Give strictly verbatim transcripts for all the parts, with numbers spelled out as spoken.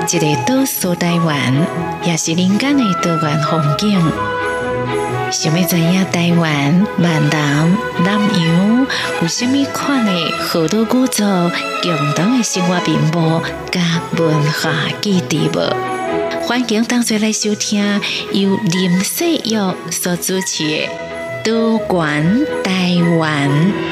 一个岛屿台湾，也是人间的多元风景。想要知影台湾闽南南洋有什么款的好多古早共同的生活面貌甲文化记忆无？欢迎同齐来收听由林世玉所主持的《多元台湾》。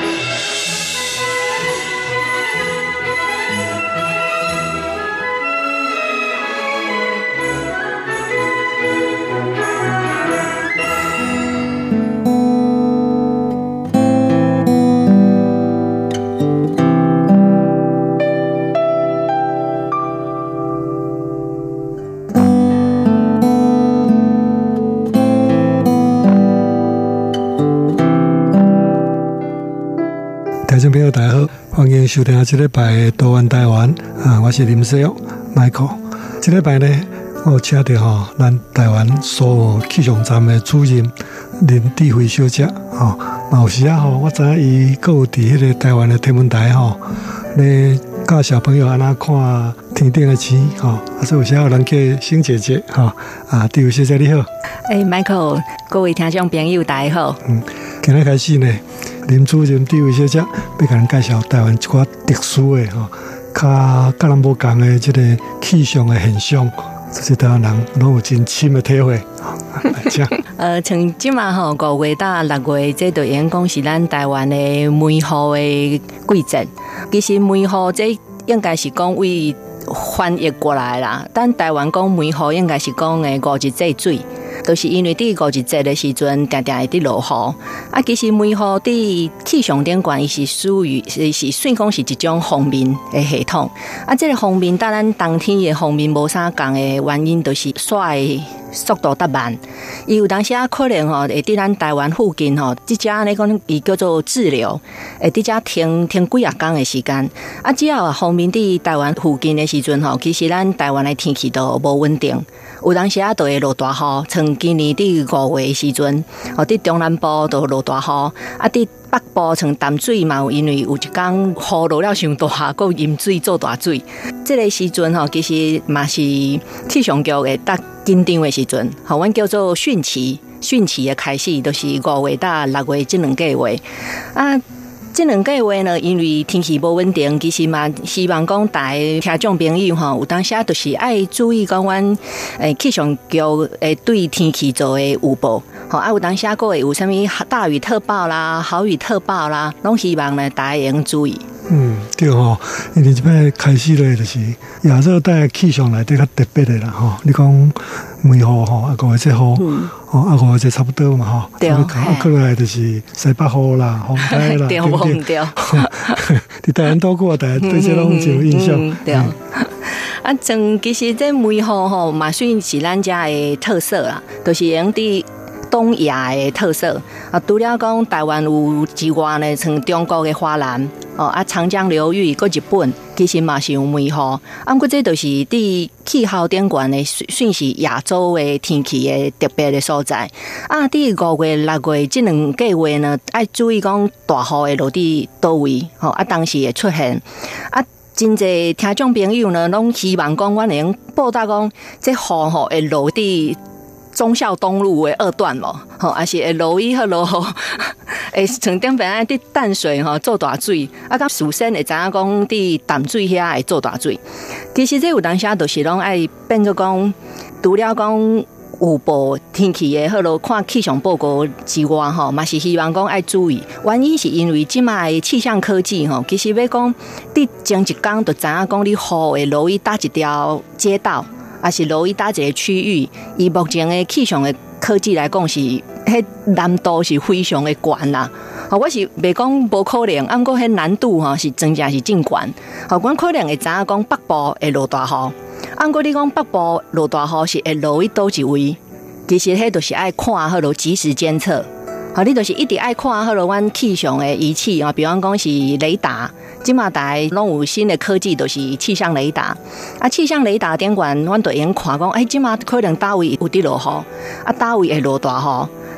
听众朋友大家好，欢迎收听这礼拜的多元台湾啊，我是林世玉 Michael。这礼拜呢，我请到吼咱台湾所有气象站的主任林智慧小姐吼，有时啊吼，我知影伊佫有伫迄个台湾的天文台吼，咧教小朋友安怎看天顶的星吼，啊，所以有时有人叫星姐姐吼啊，智慧小姐你好。 诶、欸、，Michael， 各位听众朋友大家好。 嗯，今日开始呢。林主任智慧小姐要甲咱介绍台湾一寡特殊的吼，较甲咱无共的即个气象的现象，这些台湾人拢有真深的体会。来讲， 呃，像即马吼五月到六月，这就应讲是咱台湾的梅雨的季节。其实梅雨这应该是讲为翻译过来啦，但台湾讲梅雨应该是讲的五日节水。就是因为伫五日节的时阵，定定会伫落雨。啊，其实梅雨伫气象顶管，伊是属于是是算讲是一种锋面的系统。啊，这个锋面，当咱冬天的锋面无啥共的原因，就是晒速度较慢。伊有当时啊，可能吼会伫咱台湾附近吼，即只呢讲伊叫做滞留，会伫只停停几啊天的时间。啊，只要锋面伫台湾附近的时阵吼，其实咱台湾的天气都无稳定。有当时啊，就会落大雨，像今年伫五月的时阵，哦，伫中南部就落大雨，啊，伫北部像淡水嘛，因为有一天雨落了伤大，佮淹水做大水。这个时阵吼，其实嘛是气象局会搭紧张的时阵，吼，阮叫做汛期，汛期的开始，就是五月到六月这两个月啊。这两个月呢，因为天气无稳定，其实嘛，希望讲大家听众朋友吼，有当时就是爱注意讲阮诶气象局诶对天气做诶预报，吼啊有当时还会有啥物大雨特报啦、豪雨特报啦，拢希望呢大家会注意。 嗯，对吼，因为这摆开始咧，就是亚热带气象内底较特别的啦吼。你讲梅雨吼，啊五月节雨，哦啊五月节差不多嘛吼。 对。 啊，过来就是西北雨啦、风台啦， 对不对？对。 你台湾多过，大家对这拢真有印象。 嗯、对。啊，像其实这梅雨吼嘛，算是咱家的特色啦，就是用伫东亚的特色啊。除了讲台湾有之外呢，像中国的华南。哦啊，长江流域搁日本，其实嘛是有梅雨。啊，不过这就是伫气候顶管的，算是亚洲的天气的特别的所在。啊，伫五月、六月这两个月呢，爱注意讲大雨会落伫倒位，吼啊，当时会出现。啊，真侪听众朋友呢，拢希望讲，阮能报答讲，这雨吼会落伫忠孝东路的二段咯，吼，还是会落雨好落雨。诶，像顶边啊，伫淡水吼做大水，啊，甲蜀山会知影讲伫淡水遐会做大水。其实这有当时啊，就是拢爱变做讲，除了讲预报天气的好咯，看气象报告之外吼，嘛是希望讲爱注意。原因是因为即卖的气象科技吼，其实要讲伫前一天就知影讲你雨会落于搭一条街道，还是落于搭一个区域。以目前的气象的科技来讲是。迄难度是非常的高啦，我是袂讲无可能，啊，不过迄难度吼是真正是真高。吼，阮可能会知影讲北部会落大雨，啊，不过你讲北部落大雨是会落去倒一位，其实迄就是爱看好咯，及时监测。好，你就是一直爱看好咯，阮气象的仪器啊，比方讲是雷达，即马大家拢有新的科技，就是气象雷达。啊，气象雷达顶管，阮就用看讲，哎，即马可能倒位有伫落雨，啊，倒位会落大雨。啊，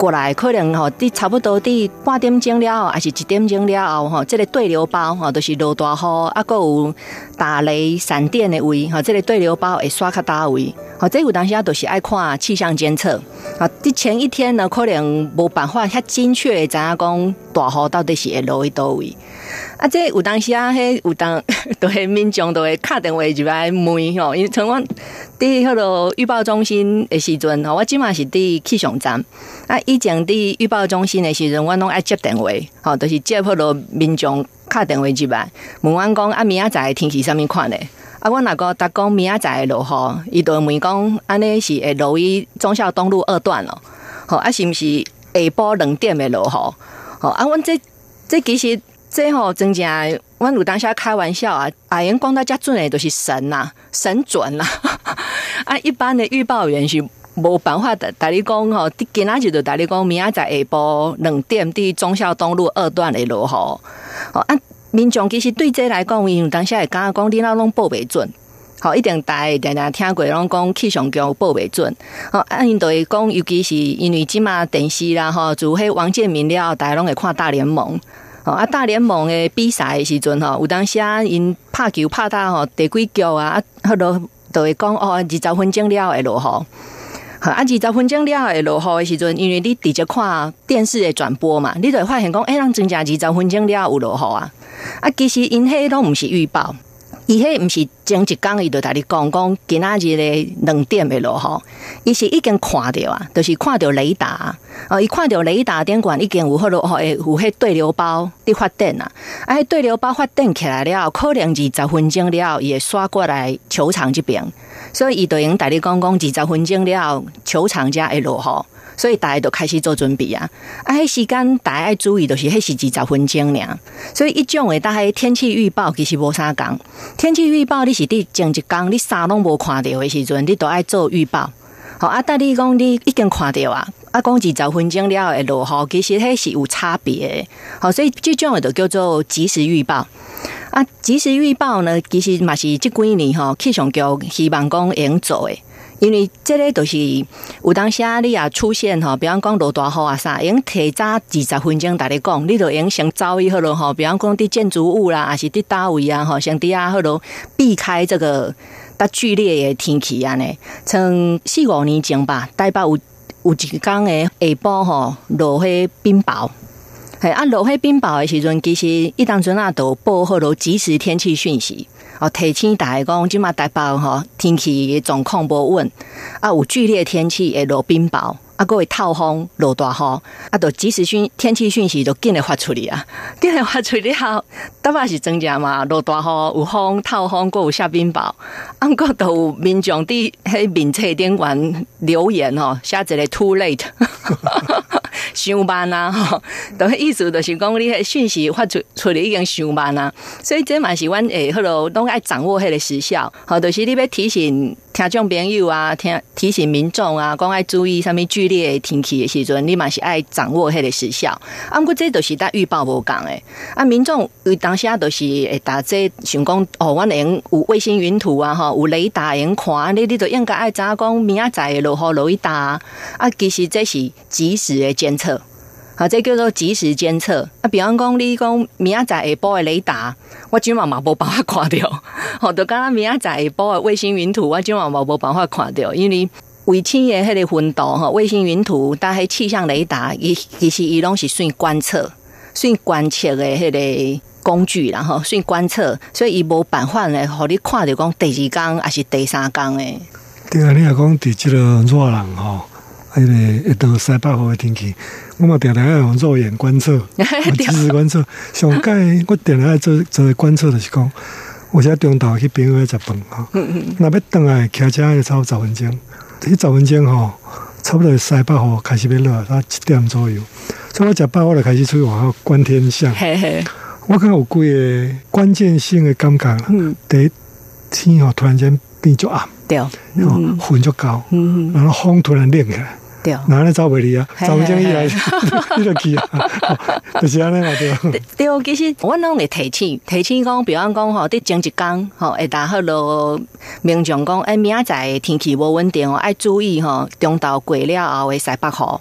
过来，可能吼，伫差不多伫半点钟了后，还是一点钟了后，吼，这个对流包吼，就是落大雨，啊，还有打雷、闪电的位，吼，这个对流包会刷较大位，吼，这有当时啊，都是爱看气象监测，啊，伫前一天呢，可能无办法遐精确的知影讲大雨到底是会落去倒位。啊，这有当时啊，迄有当都会民众都会打电话入来问吼，因为像我伫迄个预报中心的时阵吼，我即马是伫气象站。啊，以前伫预报中心的时阵，我拢爱接电话，吼，就是接迄个民众打电话入来，问阮讲啊，明仔载天气啥物款嘞？啊，我若个答讲明仔载会落雨，伊就问讲安尼是会落于忠孝东路二段咯，吼，啊是毋是下晡两点会落雨？吼，啊，阮这这其实。这吼真正，阮有当下开玩笑啊，阿言讲到遮准的，就是神呐、啊，神准啦、啊。啊，一般的预报员是无办法的，大你讲吼，今仔日就大你讲，明仔载下晡两点伫忠孝东路二段会落雨。哦，啊，民众其实对这来讲，因为当下会感觉讲，你那拢报袂准。好，一定大家常常听过，拢讲气象局报袂准。哦，啊，因就会讲，尤其是因为即马电视啦，吼，自迄王建民了，大家拢会看大联盟。哦啊，大联盟的比赛的时阵吼，有当时啊，因拍球拍到吼第几局啊，啊，迄落就会讲哦，二十分钟了会落雨。好，啊，二十分钟了会落雨的时阵，因为你直接看电视的转播嘛，你就会发现讲，哎、欸，人真正二十分钟了有落雨啊。啊，其实因迄拢毋是预报，伊迄毋是前一工伊就甲你讲讲今仔日的两点会落雨，伊是已經看到啊，就是看到雷達。哦，伊看到雷達頂管已經有迄落吼，有迄對流包伫發電啊，啊，迄對流包發電起來了，可能二十分鐘了，伊會刷過來球場這邊，所以伊就用大你講講二十分鐘了，球場才會落雨。所以大家都開始做準備啊！啊，迄時間大家要注意，就是迄是二十分鐘爾。所以一種誒，大概天氣預報其實無啥講。天氣預報你是佇前一工你啥攏無看到誒時陣，你都愛做預報。好啊，但你講你已經看到啊，啊講二十分鐘了會落雨，其實迄是有差別誒。好，所以這種誒就叫做即時預報。啊，即時預報呢，其實嘛是這幾年吼氣象局希望講會用做誒。因為這個就是有當時你也出現吼，比方講落大雨啊啥，用提早二十分鐘大家講，你就用先走去好咯吼，比方講啲建築物啦，還是啲單位啊吼，先啲啊好咯，避開這個較劇烈的天氣啊呢。從四五年前吧，台北有有一天的下晡吼，落迄冰雹，係啊落迄冰雹的時陣，其實一當陣啊都報好咯即時天氣訊息。哦，提醒大家講，即馬台北吼天氣狀況無穩，啊有劇烈天氣會落冰雹，啊佫會透風落大雨，啊就即時訊天氣訊息就緊來發出嚟啊，緊來發出了後，台北是真正嘛，落大雨有風透風，佫有下冰雹，啊佫都有民眾佇迄面冊頂懸留言吼，寫一個 too late。傷慢啊，吼，就意思就是講你迄訊息發出出嚟已經傷慢啊，所以這嘛是阮誒，迄落攏愛掌握迄個時效，吼，就是你要提醒聽眾朋友啊，聽提醒民眾啊，講愛注意啥物劇烈的天氣的時陣，你嘛是愛掌握迄個時效。啊，毋過這就是搭預報無共誒，啊，民眾有當時啊，就是會搭這想講哦，阮會用有衛星雲圖啊，吼，有雷達會用看，你你就應該愛知影講明仔載會落雨落去打啊，啊，其實這是即時的監測。好，這叫做即時監測。啊，比方講，你講明仔載下晡的雷達，我今晚嘛無辦法看到。吼，就敢若明仔載下晡的衛星雲圖，我今晚嘛無辦法看到，因為衛星的迄個雲圖，吼，衛星雲圖，搭迄氣象雷達，伊其實伊攏是算觀測，算觀測的迄個工具啦，吼，算觀測，所以伊無辦法咧，互你看到講第二天還是第三天誒。 對啊，你若講佇即個熱人吼。迄個會到西北風的天氣，我嘛定定愛用肉眼觀測，即時觀測。上屆我定定愛做做觀測，就是講，有時中晝去朋友遐食飯吼，若要轉來騎車要差不多十分鐘，迄十分鐘吼，差不多西北風開始要落，啊七點左右，所以我食飽我就開始出去外口觀天象。我看有幾個關鍵性的感覺，第一天吼突然間變足暗， 對， 雲足高，然後風突然冷起來。哪咧走袂離啊？走正以來，你就去啊，就是安尼嘛對。 對，其實我攏會提醒，提醒講，比方講吼，佇前一工吼，會打迄落民眾講，哎，明仔載天氣無穩定哦，愛注意吼，中晝過了後的西北風。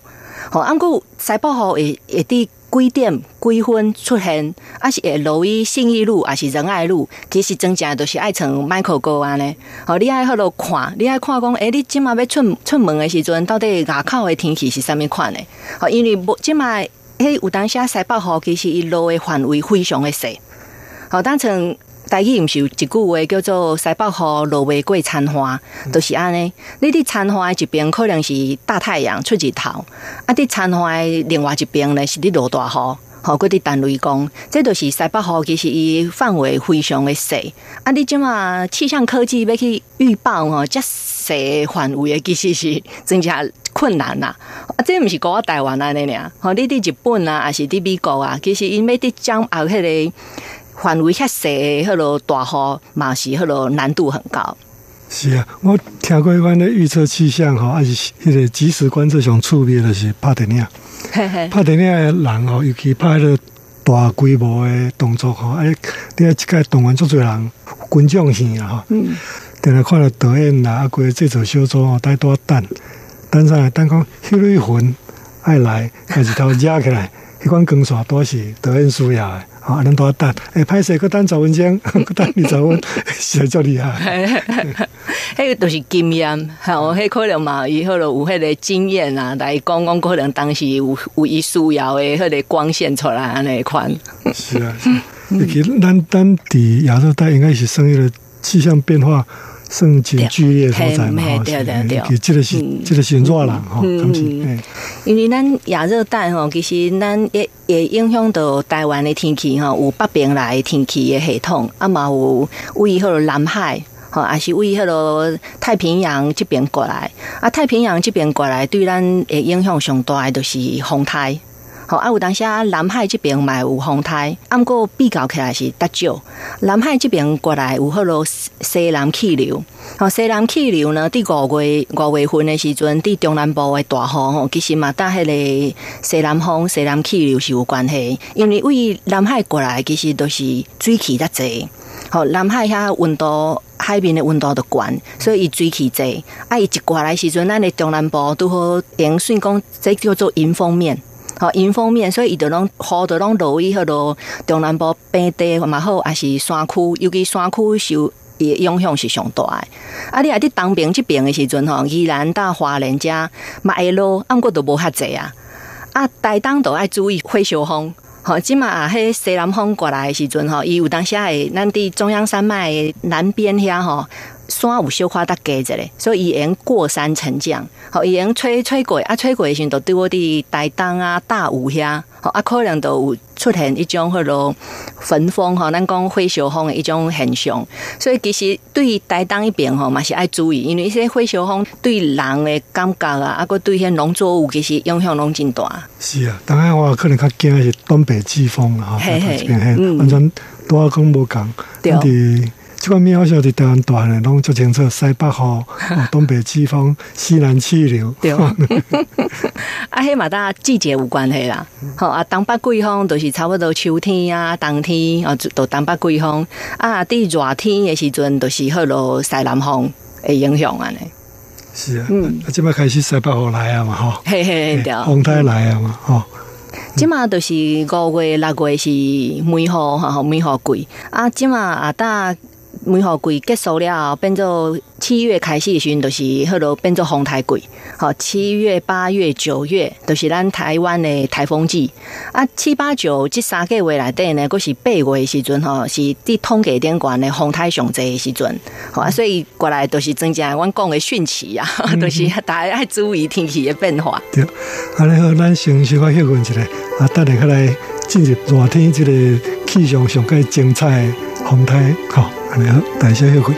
吼，啊，过西北风会会伫几点几分出现，啊是会落于信义路，还是仁爱路？其实真正都是爱从迈克高安尼。吼，你爱迄落看，你爱看讲，诶、欸，你即马要出出门的时阵，到底外口的天气是啥物款的？吼，因为无即马迄有当时西北风，其实伊落的范围非常的细。吼，当成台语毋是有一句话叫做西北雨落袂过田花，就是安尼。你伫田花一边可能是大太阳出日头，啊，伫田花另外一边呢是伫落大雨，吼，佮伫单雷公，这就是西北雨，其实伊范围非常的细。啊，你即马气象科技要去预报吼，遮细范围的其实是真正困难啦。啊，这毋是讲我台湾安尼尔，吼，你伫日本啊，还是伫美国啊，其实因要伫掌握迄个范围遐细的迄落大雨，嘛是迄落难度很高。 是啊，我听过一款的预测气象吼，还是迄个即时观测上趣味的是拍电影。拍电影的人吼，尤其拍迄个大规模的动作吼，哎，你啊，即个动员足侪人，群众戏啊吼。嗯。定来看到导演啦，啊，规制作小组吼，在多等，等啥？等讲迄类魂爱来，开始头压起来，迄款光线都是导演需要的。啊，咱多等，哎，拍摄个等十分钟，个等二十分，实在足厉害。 迄个都是经验，吼，迄可能嘛，伊迄落有迄个经验啊，来讲讲，可能当时有有伊需要的迄个光线出来安尼款。 是啊，是啊，尤其咱咱伫亚洲带应该是算一个气象变化算真剧烈所在嘛， 对对对， 其实这个是这个是热人吼，嗯嗯， 因为咱亚热带吼，其实咱也也影响到台湾的天气吼，有北边来天气的系统，啊嘛有为迄落南海。吼，也是为迄落太平洋这边过来，啊，太平洋这边过来对咱的影响上大的就是风台。吼，啊，有当时啊，南海这边嘛有风台，啊，不过比较起来是较少。南海这边过来有迄落西南气流，吼，西南气流呢，伫五月五月份的时阵，伫中南部的大雨吼，其实嘛，搭迄个西南风、西南气流是有关系，因为为南海过来，其实都是水汽较济。吼，南海遐温度，海面的温度就悬，所以伊水汽济。啊，伊一过来时阵，咱的中南部拄好，用算讲，这叫做迎风面。吼，迎风面，所以伊就拢雨就拢落于迄落中南部平地嘛好，还是山区，尤其山区受伊影响是上大的。啊，你啊伫东边这边的时阵吼，宜兰到花莲遮嘛会落，啊，毋过就无遐济啊。啊，台东就爱注意火烧风。吼，即马啊，迄西南风过来的时阵吼，伊有当时会，咱伫中央山脉的南边遐吼，山有小可搭低一咧，所以伊会过山沉降，吼，伊会吹吹过，啊，吹过的时阵，就对我伫台东啊、大武遐，吼，啊，可能就有出现一种迄落焚风吼，咱讲火烧风的一种现象，所以其实对台东一边吼嘛是爱注意，因为些火烧风对人的感觉啊，啊，佮对迄农作物其实影响拢真大。 是啊，当然我可能较惊的是东北季风啦，吼，这边嘿，完全拄啊讲无共，对。这款渺小的台湾大呢，拢足清楚，西北风、东北季风、西南气流。对，啊， 迄嘛搭季节有关系啦。吼啊，东北季风就是差不多秋天啊、冬天啊，就东北季风。啊，伫热天的时阵，就是迄落西南风会影响安尼。 是啊，嗯，啊，即摆开始西北风来啊嘛，吼， 嘿嘿，对， 风台来啊嘛，吼。 即马就是五月、六月是梅雨吼，梅雨季啊，即马啊搭。梅雨季结束了后，变做七月开始的时阵，就是迄落变做风台季。好，七月、八月、九月都是咱台湾的台风季。啊，七八九这三个月内底呢，佫是八月的时阵吼，是伫统计顶悬的风台上济的时阵。好啊，所以过来都是增加阮讲的汛期啊，嗯、都是大家爱注意天气的变化。 对，啊，你好，咱先小可休困一下，啊，等下来进入热天这个气象上个精彩的风台，好。你好，大家好。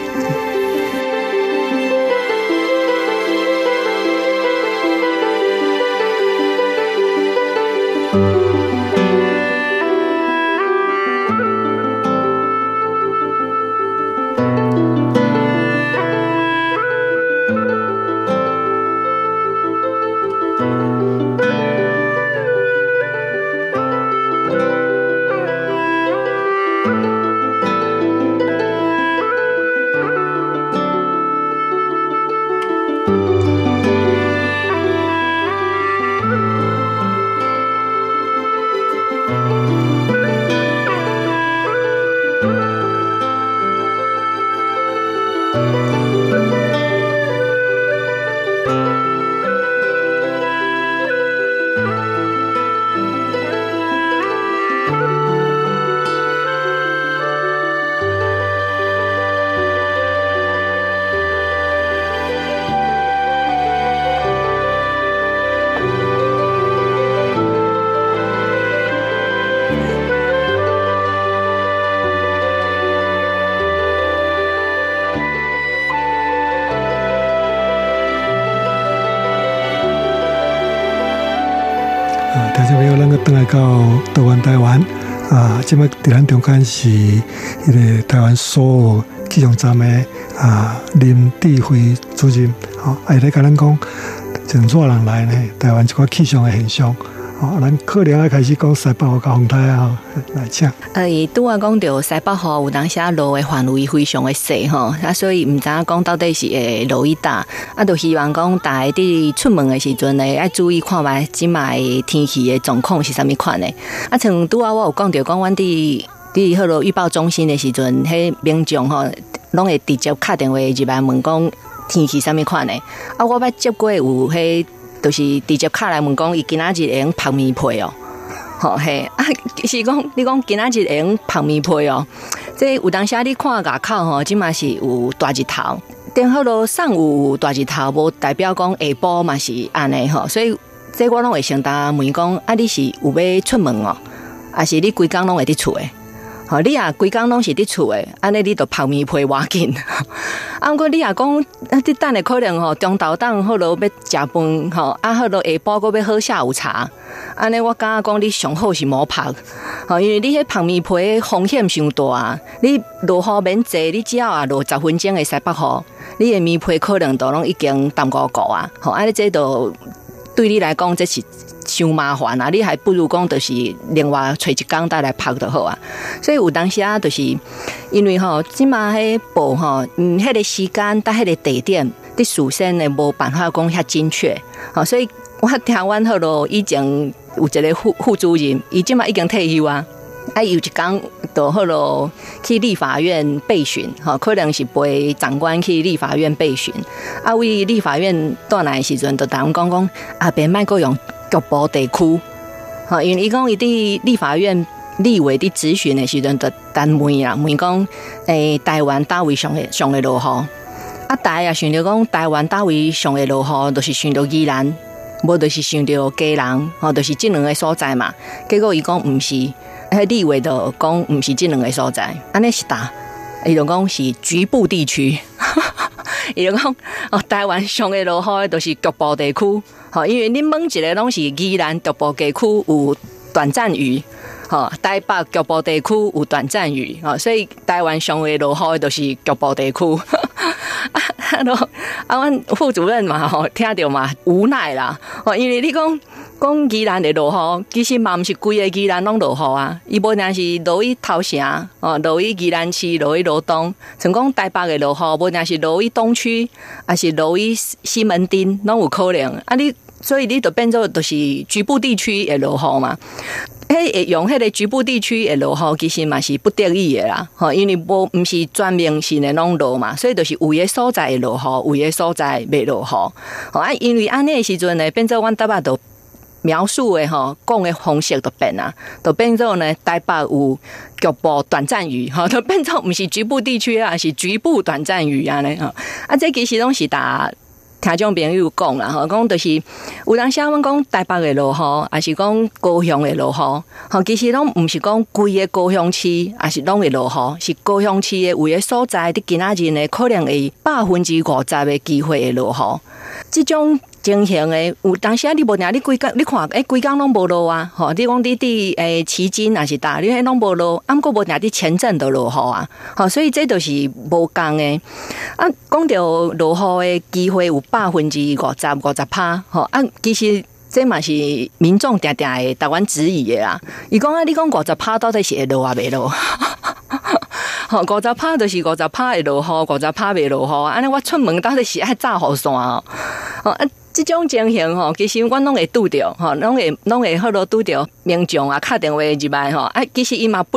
听众朋友，咱个转来到台湾台湾啊，即摆伫咱中间是迄个台湾所有气象站的啊林智慧主任，吼、哦，会来甲咱讲，从热人来呢，台湾一寡气象的现象。哦，咱可能要开始讲西北雨甲风台啊，来请。 呃，伊拄啊讲到西北雨有当时啊落的范围非常的细吼，啊，所以毋知影讲到底是会落伊大，啊，就希望讲大家伫出门的时阵呢，要注意看卖即卖天气的状况是啥物款的。啊，像拄啊我有讲到讲，阮伫伫迄落预报中心的时阵，迄民众吼，拢会直接敲电话入来问讲天气啥物款的。啊，我捌接过有迄。就是直接敲来问讲，伊今仔日会用晒棉被哦，吼嘿啊，是讲你讲今仔日会用晒棉被哦，这有当时你看外口吼，即嘛是有大日头，等好咯上午有大日头，无代表讲下晡嘛是安尼吼，所以这我拢会先答问讲，啊你是有要出门哦，还是你规工拢会伫厝诶？吼，你啊规工拢是伫厝诶，安尼你就晒棉被要紧。啊，毋过你也讲，啊，你等下可能吼，中昼档好咯要食饭吼，啊好咯下晡阁要喝下午茶，安尼我感觉讲你上好是莫晒，吼，因为你迄晒棉被风险伤大，你落雨免坐，你只要也落十分钟的西北雨，你的棉被可能都拢已经淡糊糊啊，吼，安尼这都对你来讲这是。伤麻烦啊！你还不如讲，就是另外找一工带来晒就好啊。所以有当时啊，就是因为吼，即马迄报吼，嗯，迄个时间、搭迄个地点，伫事先呢无办法讲遐精确。吼，所以我听阮好咯，以前有一个副副主任，伊即马已经退休啊。啊，有一工就好咯，去立法院备询，吼，可能是陪长官去立法院备询。啊，为立法院倒来的时阵，就同讲讲，啊，别莫阁用。局部地区，吼，因为伊讲伊伫立法院立委伫质询的时阵，就单问啦，问讲，诶，台湾倒位上会上会落雨？啊，大家也想着讲，台湾倒位上会落雨，就是想着宜兰，无就是想着基隆，吼，就是这两个所在嘛。结果伊讲毋是，迄立委就讲毋是这两个所在，安尼是答，伊就讲是局部地区。伊就讲哦，台湾上会落雨都是局部地区。好，因为恁问一个拢是宜兰局部地区有短暂雨，好，台北局部地区有短暂雨，好，所以台湾上会落雨都是局部地区。啊，啊，阮副主任嘛，吼，听到嘛无奈啦，哦，因为你讲讲宜兰的落雨，其实嘛毋是规个宜兰拢落雨啊，伊无定是落去头城，哦，落去宜兰市，落去罗东，像讲台北的落雨，无定是落去东区，还是落去西门町，拢有可能。啊，你所以你就变做就是局部地区的落雨嘛。迄用迄个局部地区的落雨，其实嘛是不得已的啦，吼，因为无毋是全面性的拢落嘛，所以就是有的所在会落雨，有的所在未落雨，吼啊，因为安尼的时阵呢，变做阮台北都描述的吼，讲的方式都变啊，都变做呢台北有局部短暂雨，吼，都变做毋是局部地区啊，是局部短暂雨安尼吼，啊，这其实拢是打。听众朋友讲啦，吼，讲就是有当时阮讲台北的落雨，还是讲高雄的落雨，吼，其实拢毋是讲规个高雄市，还是拢会落雨，是高雄市的有个所在，伫今仔日呢，可能会百分之五十的机会会落雨。这种情形的，有当时你无定，你规工你看，诶，规工拢无落啊，吼，你讲你伫诶旗津还是大，你拢无落，啊，毋过无定伫前镇都落雨啊，吼，所以这就是无共的。啊，讲到落雨的机会有百分之五十、五十趴，吼啊，其实这嘛是民众定定会台湾质疑的啦。伊讲啊，你讲五十趴到底是会落啊未落？吼，五十趴就是五十趴会落雨，五十趴未落雨。安尼我出门到底是爱炸雨伞哦？哦啊，这种情形吼，其实阮拢会拄着，吼，拢会拢会好多拄着民众啊，敲电话入来吼，啊，其实伊嘛不哩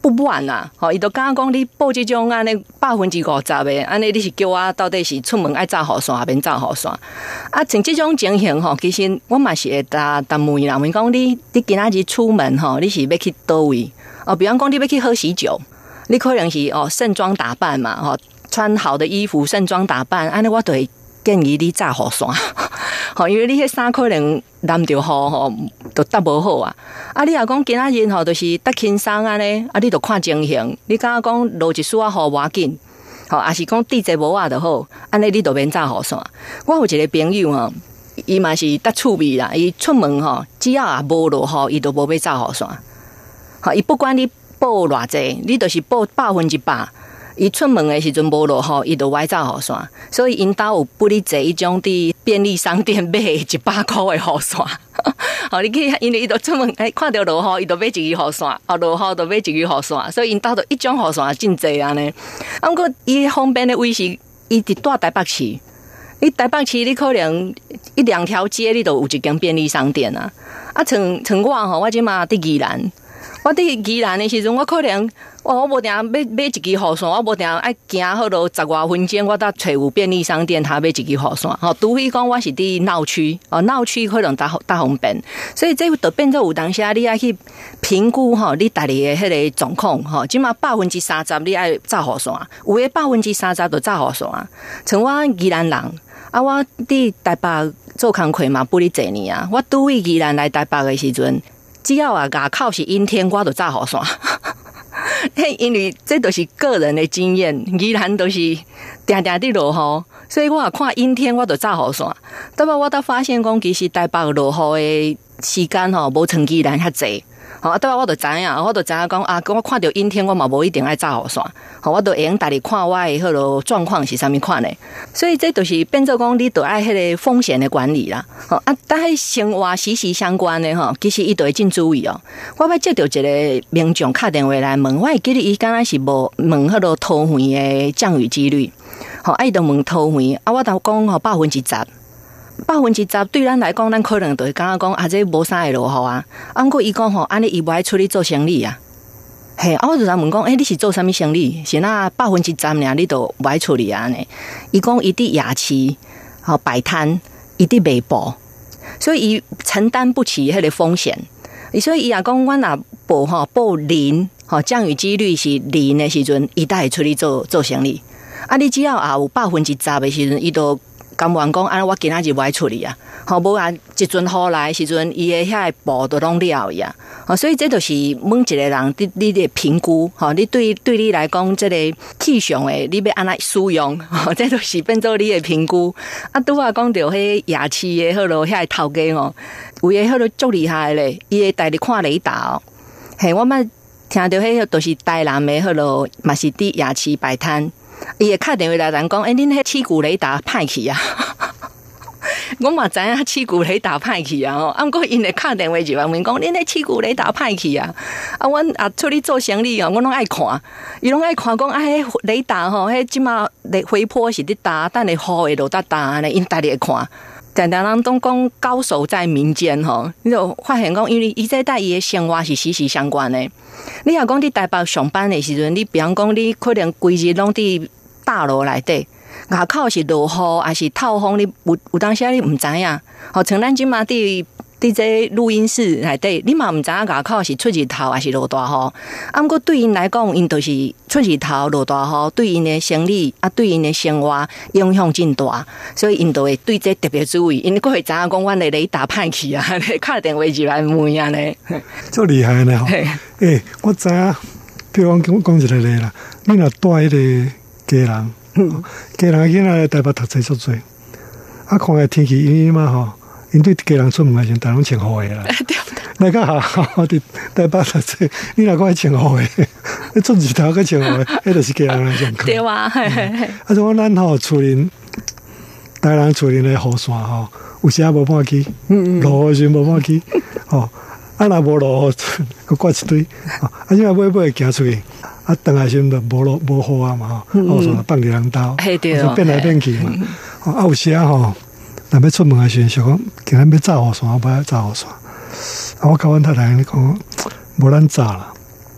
不满啦，吼，伊就敢讲你报即种安尼百分之五十的，安尼你是叫我到底是出门爱走雨伞，还免走雨伞？啊，像即种情形吼，其实我嘛是会答答问人，问讲你你今仔日出门吼，你是要去倒位？哦，比方讲你要去喝喜酒，你可能是哦盛装打扮嘛，吼，穿好的衣服，盛装打扮，安尼我就会建议你炸雨伞，吼，因为你迄衫可能淋着雨吼，都搭无好啊。啊，你若讲今仔日吼，就是搭轻松安尼，啊，你就看情形，你敢讲落一丝啊雨无要紧，吼，还是讲地侪无啊就好，安尼你就免炸雨伞。我有一个朋友吼，伊嘛是搭趣味啦，伊出门吼，只要也无落雨，伊就无要炸雨伞。吼，伊不管你报偌济，你就是报百分之百。伊出门的时阵无落雨，伊就歪走雨伞，所以因兜有不哩坐迄种伫便利商店买一百块的雨伞。好，你去，因为伊都出门，哎，看到落雨，伊就买一支雨伞，啊，落雨就买一支雨伞，所以因兜就一种雨伞真济安尼。啊，不过伊方便的位是，伊伫住台北市，你台北市你可能一两条街你都有一间便利商店啊。啊，像像我吼，我即马伫宜兰。我伫宜兰的时阵，我可能哦，我无定买买一支雨伞，我无定爱行好咯十外分钟，我搭找有便利商店，他买一支雨伞。吼，除非讲我是伫闹区，哦，闹区可能搭搭方便，所以这就变做有当时你爱去评估吼，你家己的迄个状况吼，即码百分之三十你爱炸雨伞，有的百分之三十就炸雨伞。像我宜兰人啊，我伫台北做工课嘛，不哩侪年啊，我拄去宜兰来台北的时阵。只要啊，外口是阴天，我就炸雨伞。嘿，因为这都是个人的经验，宜兰都是定定伫落雨，所以我看阴天我就炸雨伞。但是我才发现讲，其实台北落雨的时间吼，无像宜兰遐济。好，但是我就知影，我就知影讲啊，我看到阴天，我嘛无一定爱炸雨伞。好，我就会用家己看我的迄个状况是啥物款的。所以这就是变做讲，你都爱迄个风险的管理啦。好啊，但系生活息息相关的吼，其实伊都会真注意哦。我要接到一个民众打电话来问，我会记得伊刚才是无问迄个桃园的降雨几率。好，啊，伊就问桃园，啊，我就讲吼百分之十。百分之十对咱来讲，咱可能就会感觉讲啊，这无啥会落雨啊。啊，不过伊讲吼，安尼伊无爱出去做生意啊。嘿，啊，我就在问讲，诶、欸，你是做啥物生意？是那百分之十尔，你都无爱出去啊？呢？伊讲伊伫夜市，好摆摊，伊伫卖布，所以伊承担不起迄个风险。所以伊也讲，阮若报吼报零，吼降雨几率是零的时阵，伊才会出去做做生意。啊，你只要也有百分之十的时阵，伊都。甘愿讲，安我今仔日无爱处理啊，吼无啊，一阵雨来时阵，伊的遐个布都拢了去啊，吼，所以这就是每一个人你你的评估，吼，你对对你来讲，这个气象的你要安怎使用，吼，这都是变做你的评估。啊，拄啊讲到迄夜市的迄落遐个头家哦，有诶迄落足厉害咧，伊会带你看雷达哦，嘿，我捌听到迄个都是台南的迄落，嘛是伫夜市摆摊。伊会打电话来人讲，诶、欸，恁迄七股雷达歹去啊！我嘛知影七股雷达歹去啊！吼，啊，毋过因会打电话就问问讲，恁迄七股雷达歹去啊！啊，阮也出去做生意哦，我拢爱看，伊拢爱看讲，啊，迄雷达吼，迄即马回波是伫打，等下雨会落搭打安尼，因家己会看。常常人都讲高手在民间吼，你就发现讲，因为伊这带伊的生活是息息相关的。你若讲伫台北上班的时阵，你比方讲你可能规日拢伫大楼内底，外口是落雨还是透风，你有有当时你唔知影。吼，像咱即马伫伫这录音室内底，你嘛唔知影外口是出日头还是落大雨。啊，不过对因来讲，因就是出日头落大雨，对因的生理啊，对因的生活影响真大，所以因都会对这特别注意。因佫会知影讲，阮的雷达歹去啊，打电话就来问啊呢。 足厉害呢！吼，诶，我知影，比如讲讲一个例啦，你若带迄个家人，嗯、家人囡仔台北读册足多，啊，看下天气因嘛吼。因对家人出门的时候，大拢穿雨的啦。那个学校伫台北读册，你若讲穿雨的，你出日头个穿雨的，迄就是家人来上课。 对啊， 啊，像咱吼厝邻，台人厝邻的雨伞吼，有时也无半支，落雨时无半支，吼，啊若无落雨，佮挂一堆，啊，现在尾尾行出去，啊，等下时就无落无雨啊嘛，吼，雨伞放伫人兜，就变来变去嘛，啊，有时啊吼。若要出门的时阵，想讲今日要炸雨伞，我不要炸雨伞。啊，我甲阮太太讲，无咱炸啦，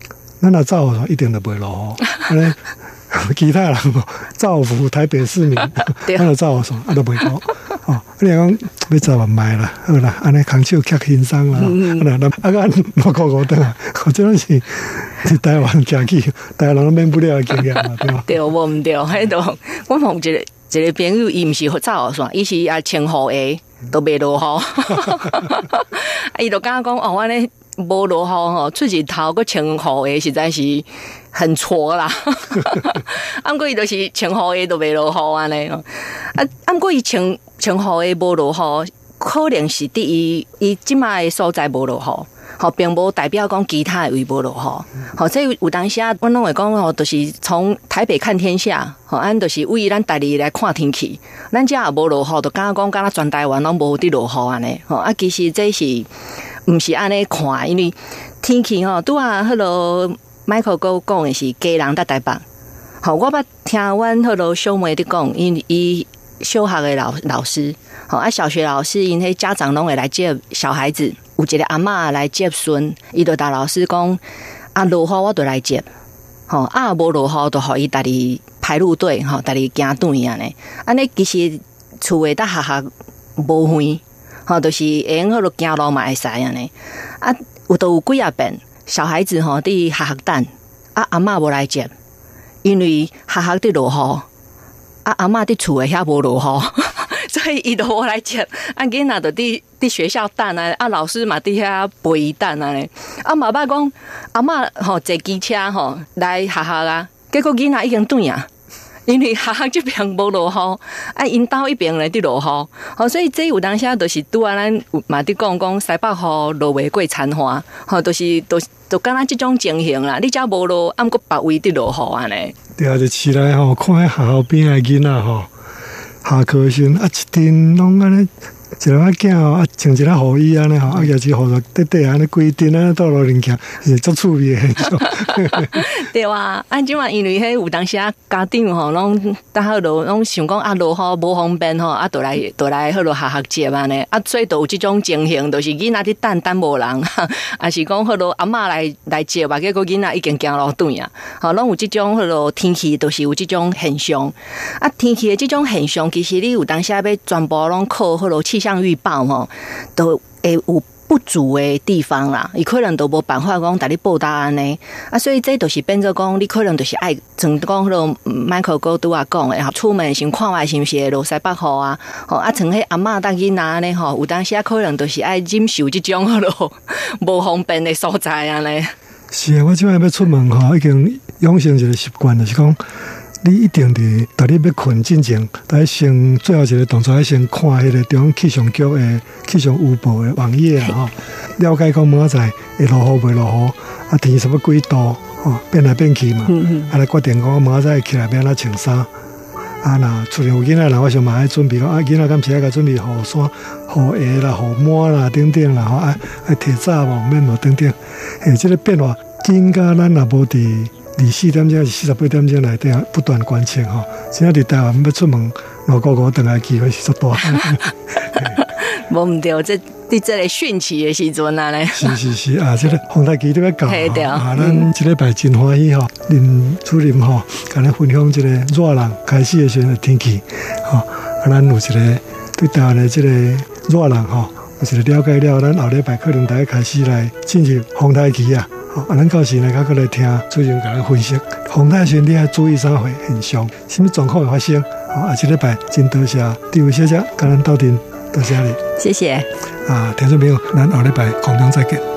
咱若走的时候一定就袂落雨，安尼其他人造福台北市民，咱就走的时候啊都袂落。哦，你讲要走嘛卖啦，好啦，安尼空手吸轻松啦，啊那啊个落高高灯啊，这种是是台湾行去，台湾人免不了的经验嘛，对吧？ 对，无毋对，迄度我碰一个一个朋友，伊毋是走线，伊是也穿雨鞋，都袂落雨。啊，伊就敢讲哦，我呢无落雨吼，出日头佫穿雨鞋，实在是很挫啦。啊，毋过伊就是穿雨鞋都袂落雨安尼。啊，啊，毋过伊穿穿雨鞋无落雨，可能是伫伊伊即摆的所在无落雨。好，并无代表讲其他的位无落雨。好，所以有当时啊，我拢会讲吼，就是从台北看天下，吼，咱就是为咱家己来看天气。咱遮也无落雨，就敢讲敢若全台湾拢无伫落雨安尼。吼，啊，其实这是毋是安尼看，因为天气吼，拄啊，迄落 Michael 哥讲的是家人伫台北。好，我捌听阮迄落小妹伫讲，因伊小学的老老师，好啊，小学老师因迄家长拢会来接小孩子。有一个阿嬷来接孙，伊就甲老师讲：啊，落雨我就来接，吼啊，无落雨就互伊家己排路队，吼，家己行队安尼。安尼其实厝诶搭学校无远，吼，就是会用迄落行路嘛会使安尼。啊，有都有几啊遍，小孩子吼伫学校等，啊阿嬷无来接，因为学校伫落雨，啊阿嬷伫厝诶遐无落雨。所以伊就无来接，啊囡仔就伫伫学校等啊，啊老师嘛伫遐陪伊等啊咧，啊嘛捌讲阿嬷吼坐机车吼来学校啊，结果囡仔已经转啊，因为学校这边无落雨，啊因兜迄边咧伫落雨，吼所以这有当时就是拄啊咱嘛伫讲讲西北雨落袂过田花，吼就是都就敢若即种情形啦，你遮无落，啊毋过别位伫落雨安尼。对啊， 就起来吼，看迄学校边诶囡仔吼。下课时啊，一阵拢安尼，一个仔囝吼，啊穿一个雨衣安尼吼，啊，也是雨落滴滴安尼规阵安尼倒落人行，是足趣味诶。 对啊，啊，即嘛因为迄有当时啊，家长吼拢搭迄落拢想讲啊，落雨无方便吼，啊，倒来倒来迄落下学接安尼，啊，所以都有即种情形，就是囡仔伫等等无人，啊是讲迄落阿嬷来来接吧，结果囡仔已经行路转啊，吼，拢有即种迄落天气，都是有即种现象。啊，天气的即种现象，其实你有当时要全部拢靠迄落气象预报吼，都会有不足的地方啦，伊可能都无办法讲，带你报答安尼啊，所以这就是变做讲，你可能就是爱，像讲迄落 Michael 哥拄啊讲的，吼，出门先看卖是毋是会落西北雨啊，吼啊，像迄阿嬷搭囡仔安尼吼，有当时啊可能就是爱忍受即种迄落无方便的所在安尼。 是啊，我即摆要出门吼，已经养成一个习惯，就是讲。你一定伫，当你要困之前，得先最后一个动作，先看迄个中央气象局的气象预报的网页啦吼，了解讲明仔载会落雨袂落雨，啊天什么几度，吼变来变去嘛，啊来决定讲明仔载起来要安怎穿衫，啊若厝里有囡仔啦，我想嘛爱准备讲啊囡仔敢是爱甲准备雨伞、雨鞋啦、雨帽啦等等啦，吼爱爱提早无免无等等，诶，即个变化紧甲咱若无伫。二四点钟是四十八点钟内底不断观测吼，现在伫台湾要出门，老高高等来机会是足大。 无毋对，这伫这个汛期的时阵啊咧。 是是是啊，这个风台期都要到啊，咱这礼拜真欢喜吼，林主任吼，甲咱分享这个热浪开始的时阵的天气，吼，啊，咱有一个对台湾的这个热浪吼，有一个了解了，咱后礼拜可能大家开始来进入风台期啊。啊，咱到时呢，较过来听主任甲咱分析，风台时你要注意啥货现象，什么状况会发生？啊，这礼拜真多谢第位小姐甲咱斗阵，多谢你， 谢谢。 啊，听众朋友，咱后礼拜空中再见。